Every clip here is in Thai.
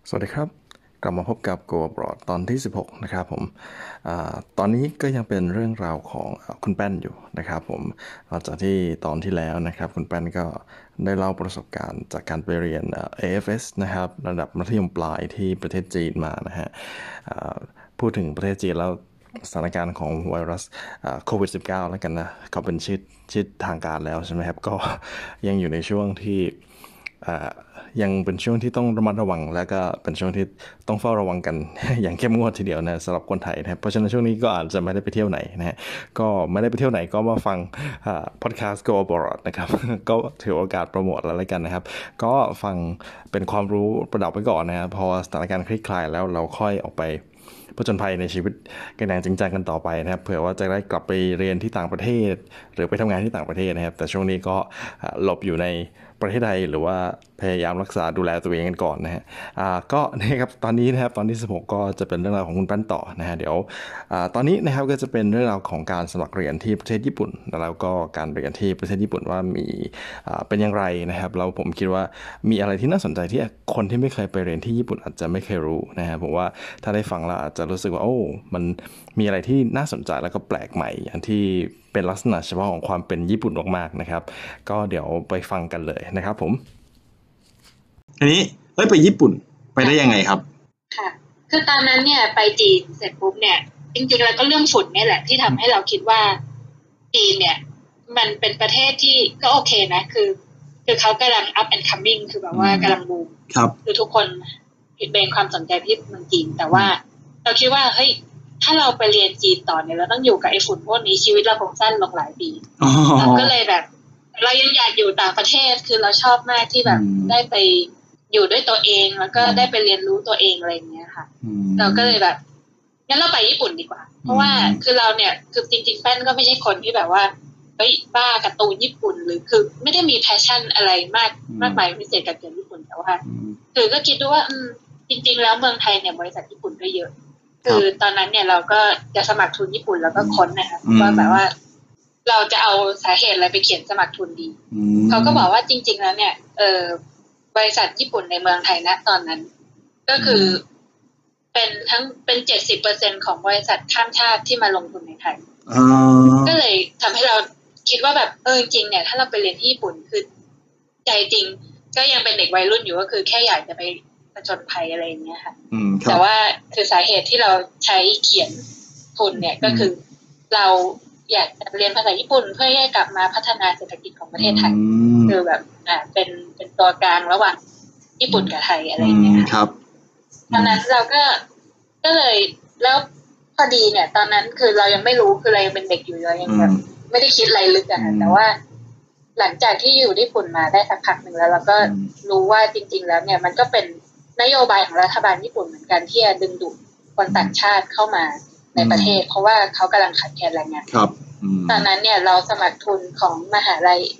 สวัสดีครับกลับมาพบกับ Go Abroad ตอนที่16นะครับผมตอนนี้ก็ยังเป็นเรื่องราวของคุณแป้นอยู่นะครับผมหลังจากที่ตอนที่แล้วนะครับคุณแป้นก็ได้เล่าประสบการณ์จากการไปเรียนAFS นะครับระดับมัธยมปลายที่ประเทศจีนมานะฮะพูดถึงประเทศจีนแล้วสถานการณ์ของไวรัสโควิด -19 แล้วกันนะเขาเป็นชื่อทางการแล้วใช่ไหมครับก็ยังอยู่ในช่วงที่ยังเป็นช่วงที่ต้องระมัดระวังและก็เป็นช่วงที่ต้องเฝ้าระวังกัน อย่างเข้มงวดทีเดียวนะสำหรับคนไทยนะครับเพราะฉะนั้นช่วงนี้ก็อาจจะไม่ได้ไปเที่ยวไหนนะฮะก็ไม่ได้ไปเที่ยวไหนก็มาฟังพอดแคสต์ Go Abroad นะครับ ก็ถือโอกาสโปรโมทแล้วกันนะครับก็ฟังเป็นความรู้ประดับไว้ก่อนนะครับพอสถานการณ์คลี่คลายแล้วเราค่อยออกไปผจญภัยในชีวิตกันอย่างจริงจังกันต่อไปนะครับเผื่อว่าจะได้กลับไปเรียนที่ต่างประเทศหรือไปทำงานที่ต่างประเทศนะครับแต่ช่วงนี้ก็หลบอยู่ในประเทศไทยหรือว่าพยายามรักษาดูแลตัวเองกันก่อนนะฮะก็นะครับตอนนี้นะครับตอนที่16ก็จะเป็นเรื่องราวของคุณปั้นต่อนะฮะเดี๋ยวตอนนี้นะครับก็จะเป็นเรื่องราวของการสมัครเรียนที่ประเทศญี่ปุ่นแล้วก็การเรียนที่ประเทศญี่ปุ่นว่ามีเป็นอย่างไรนะครับแล้วผมคิดว่ามีอะไรที่น่าสนใจที่คนที่ไม่เคยไปเรียนที่ญี่ปุ่นอาจจะไม่เคยรู้นะฮะผมว่าถ้าได้ฟังแล้วอาจจะรู้สึกว่าโอ้มันมีอะไรที่น่าสนใจแล้วก็แปลกใหม่อย่างที่เป็นลักษณะเฉพาะของความเป็นญี่ปุ่นมากๆนะครับก็เดี๋ยวไปฟังกันเลยนะครับผมทีนี้ไปญี่ปุ่นไปได้ยังไงครับค่ะคือตอนนั้นเนี่ยไปจีนเสร็จปุ๊บเนี่ยจริงๆแล้วก็เรื่องฝุ่นนี่แหละที่ทำให้เราคิดว่าจีนเนี่ยมันเป็นประเทศที่ก็โอเคนะคือเขากำลัง up and coming คือแบบว่ากำลังบูมคือทุกคนเบนความสนใจที่เมืองจีนแต่ว่าเราคิดว่าเฮ้ยถ้าเราไปเรียนจีนต่อเนี่ยเราต้องอยู่กับไอ้ฝุ่นพวกนี้ชีวิตเราคงสั้นลงหลายปีเราก็เลยแบบเรายังอยากอยู่ต่างประเทศคือเราชอบมากที่แบบได้ไปอยู่ด้วยตัวเองแล้วก็ได้ไปเรียนรู้ตัวเองอะไรอย่างเงี้ยค่ะเราก็เลยแบบงั้นเราไปญี่ปุ่นดีกว่าเพราะว่าคือเราเนี่ยคือจริงๆแป้นก็ไม่ใช่คนที่แบบว่าเฮ้ยบ้าการ์ตูนญี่ปุ่นหรือคือไม่ได้มีแพชชั่นอะไรมากมายพิเศษกับเกี่ยวกับญี่ปุ่นแต่ว่าคือก็คิดดูว่าจริงๆแล้วเมืองไทยเนี่ยบริษัทญี่ปุ่นก็เยอะคือตอนนั้นเนี่ยเราก็จะสมัครทุนญี่ปุ่นแล้วก็ค้นนะคะว่าแบบว่าเราจะเอาสาเหตุอะไรไปเขียนสมัครทุนดีเขาก็บอกว่าจริงๆแล้วเนี่ยบริษัทญี่ปุ่นในเมืองไทยนะตอนนั้นก็คือเป็น70%ของบริษัทข้ามชาติที่มาลงทุนในไทยก็เลยทำให้เราคิดว่าแบบจริงเนี่ยถ้าเราไปเรียนที่ญี่ปุ่นคือใจจริงก็ยังเป็นเด็กวัยรุ่นอยู่ก็คือแค่อยากจะไปผจญภัยอะไรอย่างเงี้ยค่ะแต่ว่าคือสาเหตุที่เราใช้เขียนทุนเนี่ยก็คือเราอยากจะเรียนภาษาญี่ปุ่นเพื่อให้กลับมาพัฒนาเศรษฐกิจของประเทศไทยคือแบบเป็นตัวกลางระหว่างญี่ปุ่นกับไทยอะไรอย่างเงี้ยครับตอนนั้นเราก็เลยแล้วพอดีเนี่ยตอนนั้นคือเรายังไม่รู้คือเรายังเป็นเด็กอยู่เรายังแบบไม่ได้คิดอะไรลึกอะแต่ว่าหลังจากที่อยู่ญี่ปุ่นมาได้สักพักหนึ่งแล้วเราก็รู้ว่าจริงๆแล้วเนี่ยมันก็เป็นนโยบายของรัฐบาลญี่ปุ่นเหมือนกันที่จะดึงดูดคนต่างชาติเข้ามาในประเทศเพราะว่าเขากำลังขาดแคลนแรงงานตอนนั้นเนี่ยเราสมัครทุนของมหาลัย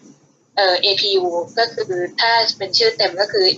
APU ก็คือถ้าเป็นชื่อเต็มก็คือ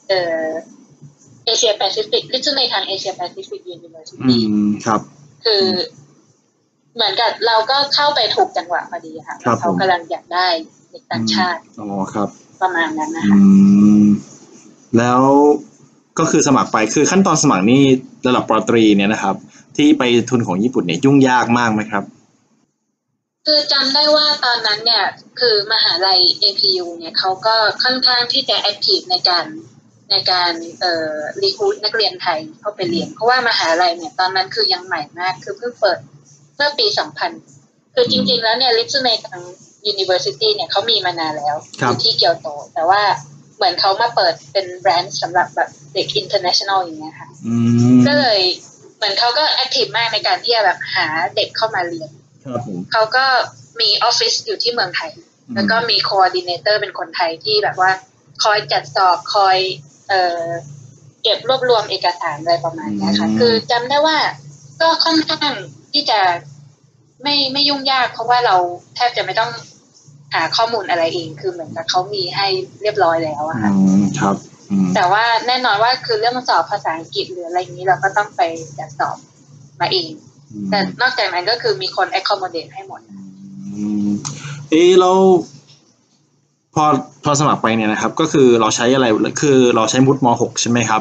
Asia Pacific ลิจุในทาง Asia Pacific University ครับคือเหมือนกับเราก็เข้าไปถูกจังหวะพอดีค่ะเขากำลังอยากได้เด็กต่างชาติครับประมาณนั้นนะคะแล้วก็คือสมัครไปคือขั้นตอนสมัครนี่ระดับปริญญาตรีเนี่ยนะครับที่ไปทุนของญี่ปุ่นเนี่ยยุ่งยากมากไหมครับคือจำได้ว่าตอนนั้นเนี่ยคือมหาลัย APU เนี่ยเขาก็ค่อนข้างที่จะแอคทีฟในการรีคูทนักเรียนไทยเข้าไปเรียนเพราะว่ามหาลัยเนี่ยตอนนั้นคือยังใหม่มากคือเพิ่งเปิดเมื่อปี2000คือจริงๆแล้วเนี่ย Litsume ทาง University เนี่ยเขามีมานานแล้วอยู่ที่เกียวโตแต่ว่าเหมือนเขามาเปิดเป็นแบรนด์สำหรับแบบเด็ก international อย่างเงี้ยค่ะก็เลยเหมือนเขาก็แอคทีฟมากในการที่จะแบบหาเด็กเข้ามาเรียนเขาก็มีออฟฟิศอยู่ที่เมืองไทยแล้วก็มีโคออร์ดิเนเตอร์เป็นคนไทยที่แบบว่าคอยจัดสอบคอยเก็บรวบรวมเอกสารอะไรประมาณนี้ค่ะคือจำได้ว่าก็ค่อนข้างที่จะไม่ยุ่งยากเพราะว่าเราแทบจะไม่ต้องหาข้อมูลอะไรเองคือเหมือนกับเขามีให้เรียบร้อยแล้วอะค่ะครับแต่ว่าแน่นอนว่าคือเรื่องสอบภาษาอังกฤษหรืออะไรอย่างนี้เราก็ต้องไปจัดสอบมาเองแต่นอกจากนั้นก็คือมีคน accommodate ให้หมดเราพอสมัครไปเนี่ยนะครับก็คือเราใช้อะไรคือเราใช้มุดม.6 ใช่ไหมครับ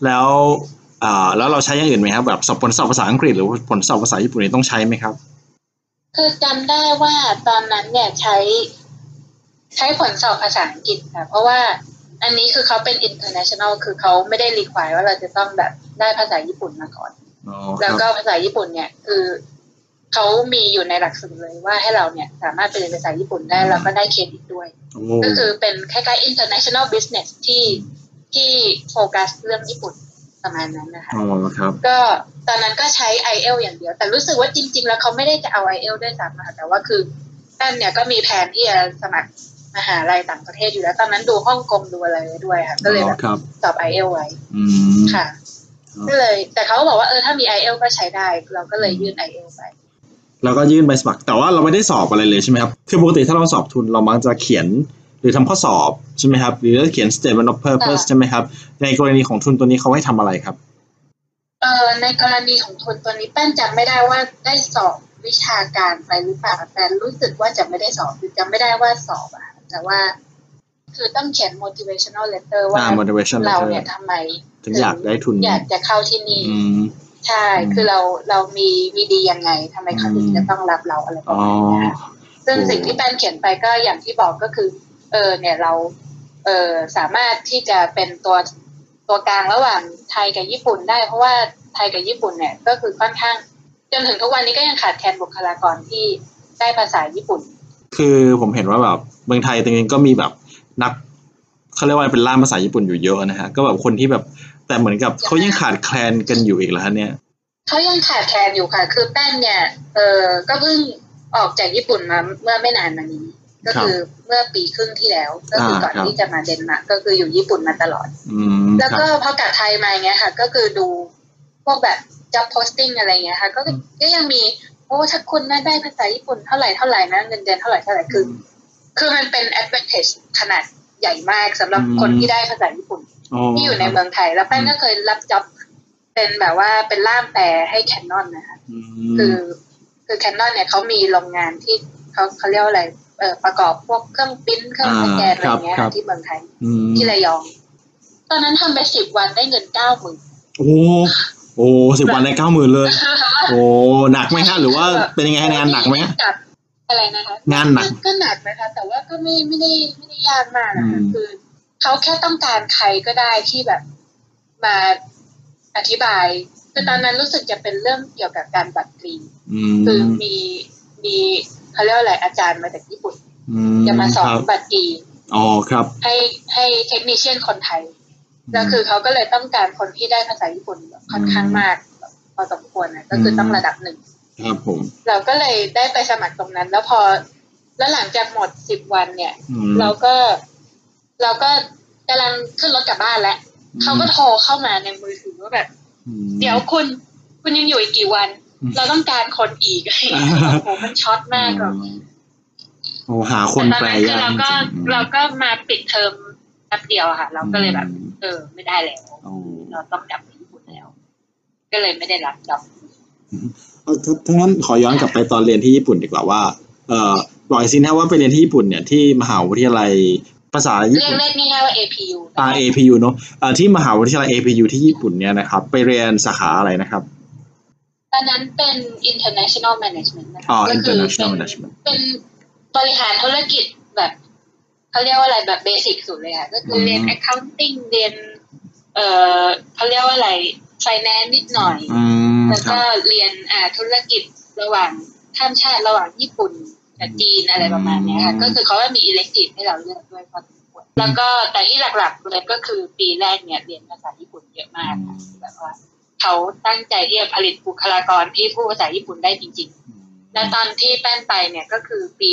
แล้วแล้วเราใช้อย่างอื่นไหมครับแบบผลสอบภาษาอังกฤษหรือผลสอบภาษาญี่ปุ่นนี่ต้องใช้ไหมครับคือจำได้ว่าตอนนั้นเนี่ยใช้ผลสอบภาษาอังกฤษค่ะเพราะว่าอันนี้คือเขาเป็น international คือเขาไม่ได้รีควายว่าเราจะต้องแบบได้ภาษาญี่ปุ่นมาก่อนแล้วก็ภาษาญี่ปุ่นเนี่ยคือเขามีอยู่ในหลักสูตรเลยว่าให้เราเนี่ยสามารถไปเรียนภาษาญี่ปุ่นได้แล้วก็ได้เครดิตด้วยก็คือเป็นคล้ายๆ international business ที่โฟกัสเรื่องญี่ปุ่นประมาณนั้นนะคะก็ตอนนั้นก็ใช้ IELTS อย่างเดียวแต่รู้สึกว่าจริงๆแล้วเขาไม่ได้จะเอา IELTS ด้วยซ้ำนะคะแต่ว่าคือท่านเนี่ยก็มีแผนที่จะสมัครมหาลัยต่างประเทศอยู่แล้วตอนนั้นดูฮ่องกงดูอะไรด้วยค่ะก็เลยแบบสอบ IELTS ไว้ค่ะก็เลยแต่เขาบอกว่าถ้ามี IELTS ก็ใช้ได้เราก็เลยยื่น IELTS ไปแล้วก็ยื่นใบสมัครแต่ว่าเราไม่ได้สอบอะไรเลยใช่ไหมครับคือปกติถ้าเราสอบทุนเรามักจะเขียนหรือทำข้อสอบใช่ไหมครับหรือเขียน statement of purpose ใช่ไหมครับในกรณีของทุนตัวนี้เขาให้ทำอะไรครับในกรณีของทุนตัวนี้แป้นจำไม่ได้ว่าได้สอบวิชาการไปหรือเปล่าแต่รู้สึกว่าจะไม่ได้สอบคือจำไม่ได้ว่าสอบอะแต่ว่าคือต้องเขียน motivational letter ว่าเราเนี่ยทำไมถึงอยากได้ทุนอยากจะเข้าที่นี่ใช่คือเรามีดียังไงทำไมเขาถึงจะต้องรับเราอะไรประมาณนี้ซึ่งสิ่งที่แป้นเขียนไปก็อย่างที่บอกก็คือเนี่ยเราสามารถที่จะเป็นตัวกลางระหว่างไทยกับญี่ปุ่นได้เพราะว่าไทยกับญี่ปุ่นเนี่ยก็คือค่อนข้างจนถึงทุกวันนี้ก็ยังขาดแคลนบุคลากรที่ได้ภาษาญี่ปุ่นคือผมเห็นว่าแบบเมืองไทยจริงๆก็มีแบบนักเขาเรียกว่าเป็นล่ามภาษาญี่ปุ่นอยู่เยอะนะฮะก็แบบคนที่แบบแต่เหมือนกับเขายังขาดแคลนกันอยู่อีกแล้วเนี่ยเขายังขาดแคลนอยู่ค่ะคือแป้นเนี่ยก็เพิ่งออกจากญี่ปุ่นมาเมื่อไม่นานมานี้ก็คือเมื่อปีครึ่งที่แล้วก็คือก่อนที่จะมาเดนมาร์กก็คืออยู่ญี่ปุ่นมาตลอดแล้วก็พอกลับไทยมาเงี้ยค่ะก็คือดูพวกแบบ job posting อะไรเงี้ยค่ะก็ยังมีถ้าคุณน่าได้ภาษาญี่ปุ่นเท่าไหร่นะเงินเดือนเท่าไหร่คือมันเป็น advantage ขนาดใหญ่มากสำหรับคนที่ได้ภาษาญี่ปุ่นที่อยู่ในเมืองไทยแล้วแป้งก็เคยรับ job เป็นแบบว่าเป็นล่ามแปลให้ Canon นะคะคือ Canon เนี่ยเขามีโรงงานที่เขาเรียกว่าอะไรประกอบพวกเครื่องปริ้นเครื่องสแกนอะไรเงี้ยที่เมืองไทยที่ระยองตอนนั้นทำไป10 วันได้เงิน 90,000 โอ้10 วันได้ 90,000 เลยโอ้หนักไหมฮะหรือว่าเป็นยังไงงานหนักไหมอะไรนะคะงานหนักก็หนักนะคะแต่ว่าก็ไม่ได้ยากมากนะคะคือเขาแค่ต้องการใครก็ได้ที่แบบมาอธิบายคือตอนนั้นรู้สึกจะเป็นเรื่องเกี่ยวกับการบัตรกรีคือมีเขาเรียกว่าอะไรอาจารย์มาจากญี่ปุ่นจะมาสอนบัตรกรีครับให้เทคนิคเชียนคนไทยแล้วคือเขาก็เลยต้องการคนที่ได้ภาษาญี่ปุ่นค่อนข้างมากพอสมควรนะก็คือต้องระดับหนึ่งครับผมเราก็เลยได้ไปสมัครตรงนั้นแล้วหลังจากหมด10 วันเนี่ยเราก็กำลังขึ้นรถกลับบ้านแล้วเขาก็โทรเข้ามาในมือถือว่าแบบเดี๋ยวคุณยังอยู่อีกกี่วันเราต้องการคนอีกโอ้มันช็อตมากแบบหาคนแปลยากเราก็มาปิดเทอมแป๊บเดียวค่ะเราก็เลยแบบไม่ได้แล้วเราต้องกลับไปญี่ปุ่นแล้วก็เลยไม่ได้รับจ็อบทั้งนั้นขอย้อนกลับไปตอนเรียนที่ญี่ปุ่นดีกว่าว่าบอกสินะว่าไปเรียนที่ญี่ปุ่นเนี่ยที่มหาวิทยาลัยภาษาญี่ปุ่นเรียกง่ายๆว่า APU APU เนาะที่มหาวิทยาลัย APU ที่ญี่ปุ่นเนี่ยนะครับไปเรียนสาขาอะไรนะครับตอนนั้นเป็น international management นะคะก็คือเป็นบริหารธุรกิจแบบเขาเรียกว่าอะไรแบบเบสิกสุดเลยค่ะก็คือเรียน accounting เรียนเขาเรียกว่าอะไร finance นิดหน่อยแล้วก็เรียนธุรกิจระหว่างข้ามชาติระหว่างญี่ปุ่นกับจีนอะไรประมาณนี้ค่ะก็คือเขาว่ามี elective ให้เราเลือกด้วยพอสมควรแล้วก็แต่ที่หลักๆเลยก็คือปีแรกเนี่ยเรียนภาษาญี่ปุ่นเยอะมากแบบว่าเขาตั้งใจที่จะผลิตบุคลากรที่พูดภาษาญี่ปุ่นได้จริงๆและตอนที่แป้นไปเนี่ยก็คือปี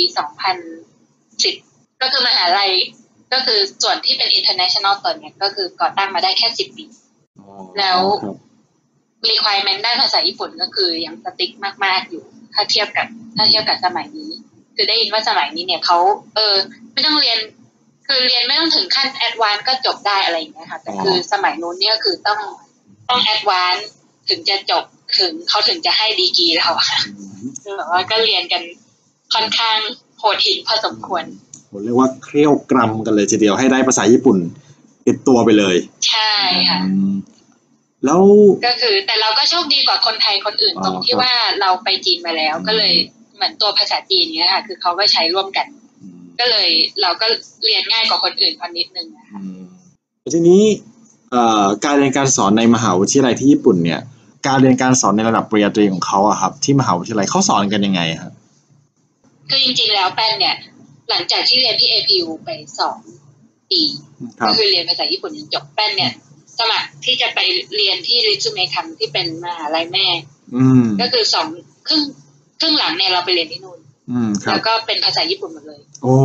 2010ก็คือมหาลัยก็คือส่วนที่เป็น international ตัวเนี่ยก็คือก่อตั้งมาได้แค่10 ปีแล้ว requirement ด้านภาษาญี่ปุ่นก็คือยังสติ๊กมากๆอยู่ถ้าเทียบกับสมัยนี้คือได้ยินว่าสมัยนี้เนี่ยเขาไม่ต้องเรียนคือเรียนไม่ต้องถึงขั้น advance ก็จบได้อะไรอย่างเงี้ยค่ะแต่คือสมัยนู้นเนี่ยคือต้อง advance ถึงจะจบเขาถึงจะให้ดีกรีเราค่ะคือแบบว่าก็เรียนกันค่อนข้างโหดหินพอสมควรผมเรียกว่าเครี่ยวกรำกันเลยทีเดียวให้ได้ภาษาญี่ปุ่นติดตัวไปเลยใช่ค่ะแล้วก็คือแต่เราก็โชคดีกว่าคนไทยคนอื่นตรงที่ว่าเราไปจีนมาแล้วก็เลยเหมือนตัวภาษาจีนเนี้ยค่ะคือเขาก็ใช้ร่วมกันก็เลยเราก็เรียนง่ายกว่าคนอื่นคนนิดนึงนะคะทีนี้การเรียนการสอนในมหาวิทยาลัยที่ญี่ปุ่นเนี่ยการเรียนการสอนในระดับปริญญาตรีของเขาอะครับที่มหาวิทยาลัยเขาสอนกันยังไงครับคือจริงๆแล้วแป้นเนี่ยหลังจากที่เรียนที่ APU ไป2 ปีก็คือเรียนภาษาญี่ปุ่นจนจบแป้นเนี่ยสมัครที่จะไปเรียนที่ริซูเมคัมที่เป็นมหาลัยแม่ก็คือครึ่งหลังเนี่ยเราไปเรียนที่นู่นแล้วก็เป็นภาษาญี่ปุ่นหมดเลยโอ้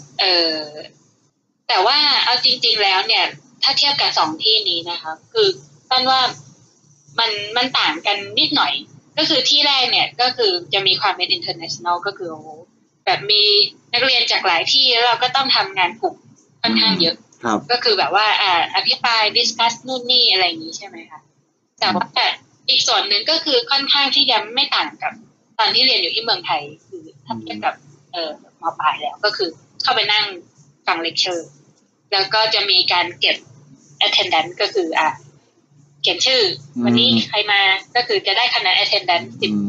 แต่ว่าเอาจริงๆแล้วเนี่ยถ้าเทียบกับ2 ที่นี้นะคะคือแป้นว่ามันต่างกันนิดหน่อยก็คือที่แรกเนี่ยก็คือจะมีความเป็น international ก็คือแบบมีนักเรียนจากหลายที่แล้วเราก็ต้องทำงานกลุ่มค่อนข้างเยอะก็คือแบบว่าอภิปราย discuss นู่นนี่อะไรอย่างนี้ใช่ไหมคะแต่ว่าอีกส่วนหนึ่งก็คือค่อนข้างที่จะไม่ต่างกับตอนที่เรียนอยู่ที่เมืองไทยคือถ้าเทียบกับม.ปลายแล้วก็คือเข้าไปนั่งฟังเลคเชอร์แล้วก็จะมีการเก็บ attendance ก็คือเขียนชื่อวันนี้ใครมาก็คือจะได้คะแนน attendance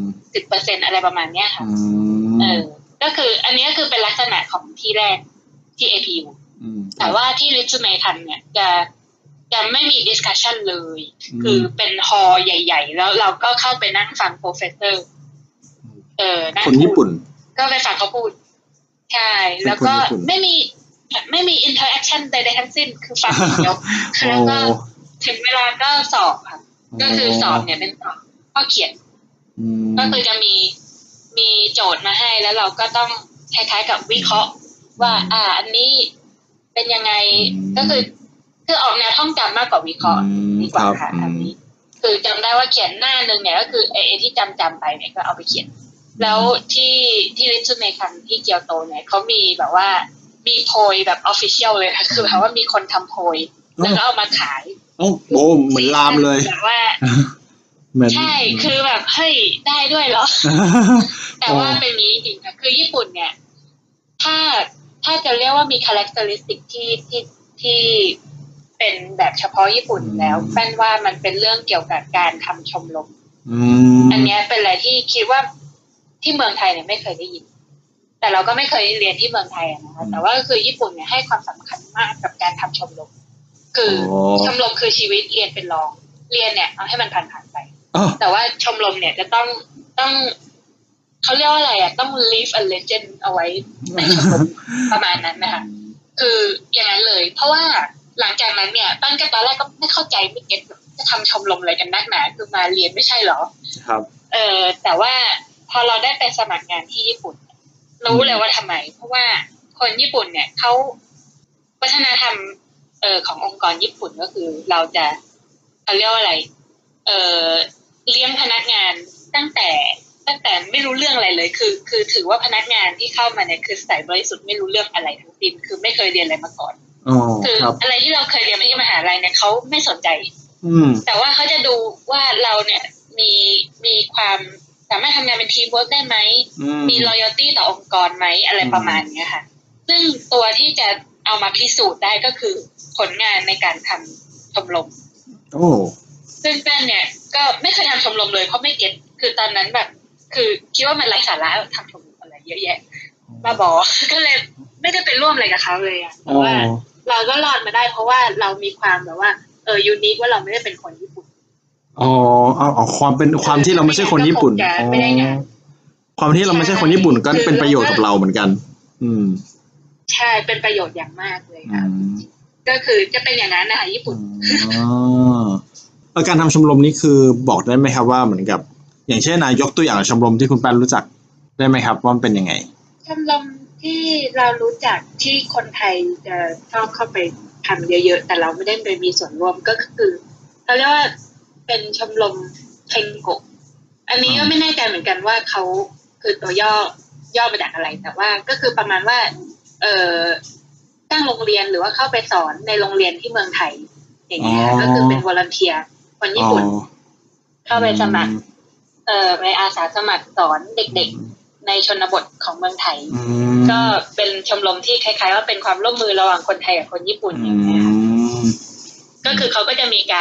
10% อะไรประมาณเนี้ยค่ะก็คืออันนี้ก็คือเป็นลักษณะของที่แรกที่ APU แต่ว่าที่ Resume ทันเนี่ยจะไม่มี discussion เลยคือเป็นฮอลใหญ่ๆแล้วเราก็เข้าไปนั่งฟัง professor คนญี่ปุ่นก็ไปฟังเขาพูดใช่แล้วก็ไม่มี interaction ใดๆทั้งสิ้นคือฟังอย่างเดียวแล้วก็ถึงเวลาก็สอบค่ะก็คือสอบเนี่ยเป็นสอบข้อเขียนก็คือจะมีโจทย์มาให้แล้วเราก็ต้องคล้ายๆกับวิเคราะห์ว่าอันนี้เป็นยังไงก็คือออกแนวท่องจำมากกว่าวิเคราะห์ดีกว่าค่ะอันนี้คือจำได้ว่าเขียนหน้านึงเนี่ยก็คือไอ้ที่จำไปเนี่ยก็เอาไปเขียนแล้วที่ริซูเมคันที่เกียวโตเนี่ยเขามีแบบว่ามีโพยแบบ official เลยค่ะคือแบบว่ามีคนทำโพยแล้วก็เอามาขายโอ้เหมือนลามเลยแบบว่าใช่คือแบบเฮ้ยได้ด้วยเหรอ แต่ว่าเป็นนี้จริงๆค่ะคือญี่ปุ่นเนี่ยถ้าจะเรียกว่ามี characteristic ที่เป็นแบบเฉพาะญี่ปุ่นแล้วแป้นว่ามันเป็นเรื่องเกี่ยวกับการทำชมรมอันนี้เป็นอะไรที่คิดว่าที่เมืองไทยเนี่ยไม่เคยได้ยินแต่เราก็ไม่เคยเรียนที่เมืองไทยนะคะแต่ว่าคือญี่ปุ่นเนี่ยให้ความสำคัญมากกับการทำชมรมคือชมรมคือชีวิตเรียนเป็นรองเรียนเนี่ยเอาให้มันผ่านไปแต่ว่าชมรมเนี่ยจะต้องเขาเรียกว่าอะไรต้อง leave a legend เอาไว้ในชมรมประมาณนั้นนะคะคืออย่างนั้นเลยเพราะว่าหลังจากนั้นเนี่ยตั้งแต่ตอนแรกก็ไม่เข้าใจไม่เก็ตจะทำชมรมอะไรกันนักหนาคือมาเรียนไม่ใช่เหรอครับแต่ว่าพอเราได้ไปสมัครงานที่ญี่ปุ่นรู้เลยว่าทำไมเพราะว่าคนญี่ปุ่นเนี่ยเขาวัฒนธรรมขององค์กรญี่ปุ่นก็คือเราจะเขาเรียกว่าอะไรเลี้ยงพนักงานตั้งแต่ไม่รู้เรื่องอะไรเลยคือถือว่าพนักงานที่เข้ามาเนี่ยคือใส่บริสุทธิ์ไม่รู้เรื่องอะไรทั้งสิ้นคือไม่เคยเรียนอะไรมาก่อนคืออะไรที่เราเคยเรียนมาที่มหาลัยเนี่ยเขาไม่สนใจแต่ว่าเขาจะดูว่าเราเนี่ยมีความสามารถทำงานเป็นทีมเวิร์คได้ไหมมี loyalty ต่อองค์กรไหมอะไรประมาณนี้ค่ะซึ่งตัวที่จะเอามาพิสูจน์ได้ก็คือผลงานในการทำชมรมซึ่งแป้นเนี่ยก็ไม่เคยทำชมรมเลยเพราะไม่เก็ตคือตอนนั้นแบบคือคิดว่ามันไร้สาระทำชมรมอะไรเยอะแยะบ้าบอก็เลยไม่ได้ไปร่วมอะไรกับเขาเลยอะแต่ว่าเราก็รอดมาได้เพราะว่าเรามีความแบบว่ายูนิคว่าเราไม่ได้เป็นคนญี่ปุ่นเอาความที่เราไม่ใช่คนญี่ปุ่นความที่เราไม่ใช่คนญี่ปุ่นก็เป็นประโยชน์กับเราเหมือนกันใช่เป็นประโยชน์อย่างมากเลยค่ะก็คือจะเป็นอย่างนั้นนะคะญี่ปุ่นการทำชมรมนี้คือบอกได้ไหมครับว่าเหมือนกับอย่างเช่นยกตัวอย่างชมรมที่คุณแป้นรู้จักได้ไหมครับว่ามันเป็นยังไงชมรมที่เรารู้จักที่คนไทยจะชอบเข้าไปทำเยอะๆแต่เราไม่ได้ไปมีส่วนร่วมก็คือเขาเรียกว่าเป็นชมรมเทงโกะอันนี้ก็ไม่แน่ใจเหมือนกันว่าเขาคือตัวย่อมาจากอะไรแต่ว่าก็คือประมาณว่าตั้งโรงเรียนหรือว่าเข้าไปสอนในโรงเรียนที่เมืองไทยอย่างเงี้ยก็คือเป็นวอลันเทียร์คนญี่ปุ่นเข้าไปสมัครไปอาสาสมัครสอนเด็กๆในชนบทของเมืองไทยก็เป็นชมรมที่คล้ายๆว่าเป็นความร่วมมือระหว่างคนไทยกับคนญี่ปุ่นอย่างเงี้ยก็คือเขาก็จะมีการ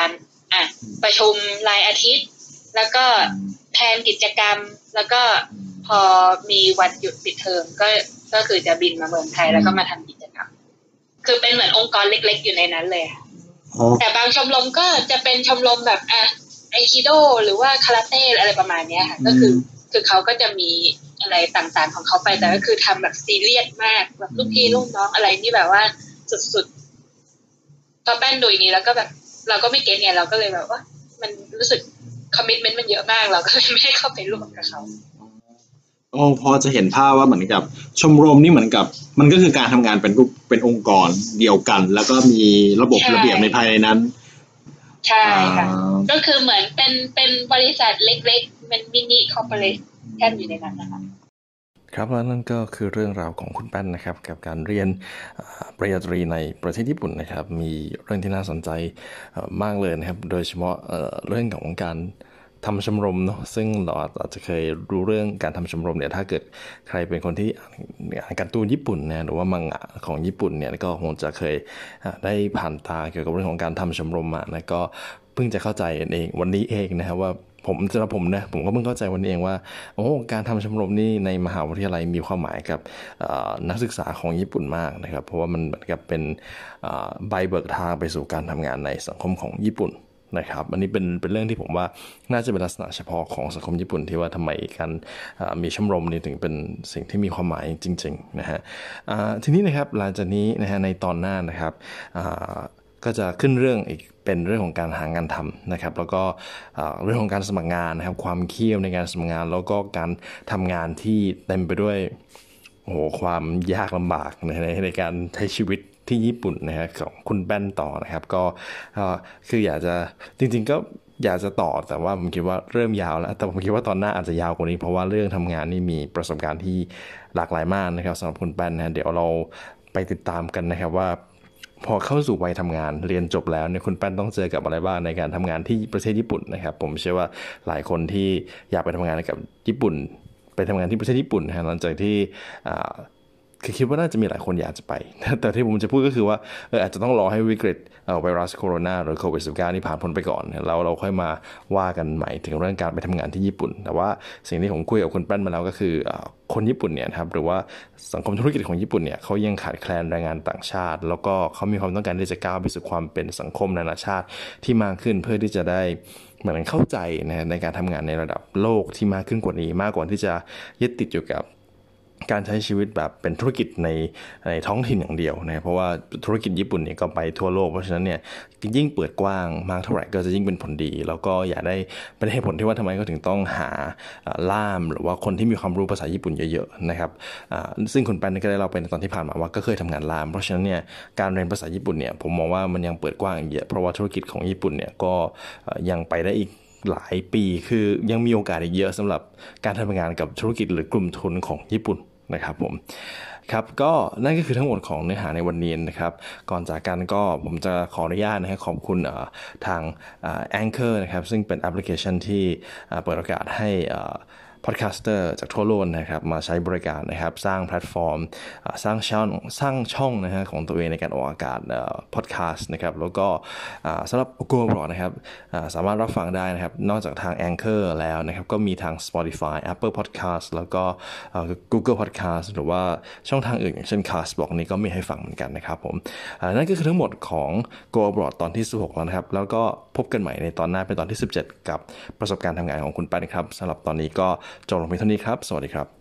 ประชุมรายอาทิตย์แล้วก็แผนกิจกรรมแล้วก็พอมีวันหยุดปิดเทอมก็คือจะบินมาเมืองไทยแล้วก็มาทำกิจกรรมคือเป็นเหมือนองค์กรเล็กๆอยู่ในนั้นเลยแต่บางชมรมก็จะเป็นชมรมแบบไอคิโดหรือว่าคาราเต้อะไรประมาณนี้ค่ะก็คือเขาก็จะมีอะไรต่างๆของเขาไปแต่ก็คือทำแบบซีเรียสมากแบบลูกพี่ลูกน้องอะไรนี่แบบว่าสุดๆพอแป้นดูอย่างนี้แล้วก็แบบเราก็ไม่เก็ตเนี่ยเราก็เลยแบบว่ามันรู้สึกคอมมิตเมนต์มันเยอะมากเราก็เลยไม่ได้เข้าไปร่วมกับเขาพอจะเห็นภาพว่าเหมือนกับชมรมนี่เหมือนกับมันก็คือการทำงานเป็นองค์กรเดียวกันแล้วก็มีระบบระเบียบในภายในนั้นใช่ค่ะก็คือเหมือนเป็นบริษัทเล็กๆเป็นมินิคอร์ปอเรชั่นอยู่ในนั้นนะคะครับแล้วนั่นก็คือเรื่องราวของคุณแป้นนะครับกับการเรียนปริญญาตรีในประเทศญี่ปุ่นนะครับมีเรื่องที่น่าสนใจมากเลยนะครับโดยเฉพาะเรื่องของการทำชมรมเนาะซึ่งเราอาจจะเคยรู้เรื่องการทำชมรมเนี่ยถ้าเกิดใครเป็นคนที่อ่านการ์ตูนญี่ปุ่นนะหรือว่ามังงะของญี่ปุ่นเนี่ยก็คงจะเคยได้ผ่านตาเกี่ยวกับเรื่องของการทำชมรมมานะก็เพิ่งจะเข้าใจเองวันนี้เองนะครับว่าผมก็เพิ่งเข้าใจวันนี้เองว่าการทำชมรมนี่ในมหาวิทยาลัยมีความหมายกับนักศึกษาของญี่ปุ่นมากนะครับเพราะว่ามันเหมือนกับเป็นใบเบิกทางไปสู่การทำงานในสังคมของญี่ปุ่นนะครับอันนี้เป็นเรื่องที่ผมว่าน่าจะเป็นลักษณะเฉพาะของสังคมญี่ปุ่นที่ว่าทำไมการมีชมรมนี่ถึงเป็นสิ่งที่มีความหมายจริงๆนะฮะทีนี้นะครับหลังจากนี้นะฮะในตอนหน้านะครับก็จะขึ้นเรื่องอีกเป็นเรื่องของการหางานทำนะครับแล้วก็เรื่องของการสมัครงานนะครับความเครียดในการสมัครงานแล้วก็การทำงานที่เต็มไปด้วยความยากลำบากในการใช้ชีวิตที่ญี่ปุ่นนะฮะของคุณแป้นต่อนะครับก็คืออยากจะจริงๆก็อยากจะต่อแต่ว่าผมคิดว่าเริ่มยาวแล้วแต่ผมคิดว่าตอนหน้าอาจจะยาวกว่านี้เพราะว่าเรื่องทำงานนี่มีประสบการณ์ที่หลากหลายมากนะครับสำหรับคุณแป้นนะเดี๋ยวเราไปติดตามกันนะครับว่าพอเข้าสู่วัยทำงานเรียนจบแล้วเนี่ยคุณแป้นต้องเจอกับอะไรบ้างในการทำงานที่ประเทศญี่ปุ่นนะครับผมเชื่อว่าหลายคนที่อยากไปทำงานกับญี่ปุ่นไปทำงานที่ประเทศญี่ปุ่นนะหลังจากที่คือคิดว่าน่าจะมีหลายคนอยากจะไปแต่ที่ผมจะพูดก็คือว่าอาจจะต้องรอให้วิกฤตไวรัสโคโรนาหรือโควิด-19 นี่ผ่านพ้นไปก่อนเราค่อยมาว่ากันใหม่ถึงเรื่องการไปทำงานที่ญี่ปุ่นแต่ว่าสิ่งที่ผมคุยกับคุณแป้นมาแล้วก็คือคนญี่ปุ่นเนี่ยครับหรือว่าสังคมธุรกิจของญี่ปุ่นเนี่ยเขายังขาดแคลนแรงงานต่างชาติแล้วก็เขามีความต้องการที่จะก้าวไปสู่ความเป็นสังคมนานาชาติที่มากขึ้นเพื่อที่จะได้เหมือนเข้าใจในการทำงานในระดับโลกที่มากขึ้นกว่านี้มากกว่าที่จะยึดติดอยู่กับการใช้ชีวิตแบบเป็นธุรกิจในท้องถิ่นอย่างเดียวนะเพราะว่าธุรกิจญี่ปุ่นเนี่ยก็ไปทั่วโลกเพราะฉะนั้นเนี่ยยิ่งเปิดกว้างมากเท่าไหร่ก็จะยิ่งเป็นผลดีแล้วก็อยากได้เป็นเหตุผลที่ว่าทำไมก็ถึงต้องหาล่ามหรือว่าคนที่มีความรู้ภาษาญี่ปุ่นเยอะๆนะครับซึ่งคุณแป้นก็ได้เล่าไปในตอนที่ผ่านมาว่าก็เคยทำงานล่ามเพราะฉะนั้นเนี่ยการเรียนภาษาญี่ปุ่นเนี่ยผมมองว่ามันยังเปิดกว้างเยอะเพราะว่าธุรกิจของญี่ปุ่นเนี่ยก็ยังไปได้อีกหลายปีคือยังมีโอกาสอีกเยอะสำหรับการทำงานกับธุรกิจหรือกลุ่มทุนของญี่ปุ่นนะครับผมครับก็นั่นก็คือทั้งหมดของเนื้อหาในวันนี้นะครับก่อนจากกันก็ผมจะขออนุญาตนะครับขอบคุณทางAnchor นะครับซึ่งเป็นแอปพลิเคชันที่เปิดโอกาสให้พอดแคสเตอร์จากทั่วโลกนะครับมาใช้บริการนะครับสร้างแพลตฟอร์มสร้างช่องนะฮะของตัวเองในการออกอากาศพอดแคสต์นะครับแล้วก็สำหรับ Google นะครับสามารถรับฟังได้นะครับนอกจากทาง Anchor แล้วนะครับก็มีทาง Spotify Apple Podcast แล้วก็Google Podcast หรือว่าช่องทางอื่นอย่างเช่น Castbox นี้ก็มีให้ฟังเหมือนกันนะครับผมนั่นก็คือทั้งหมดของ Go Abroad ตอนที่16แล้วนะครับแล้วก็พบกันใหม่ในตอนหน้าเป็นตอนที่17กับประสบการณ์ทำงานของคุณแป้นครับสำหรับตอนนี้ก็จบลงเพียงเท่านี้ครับสวัสดีครับ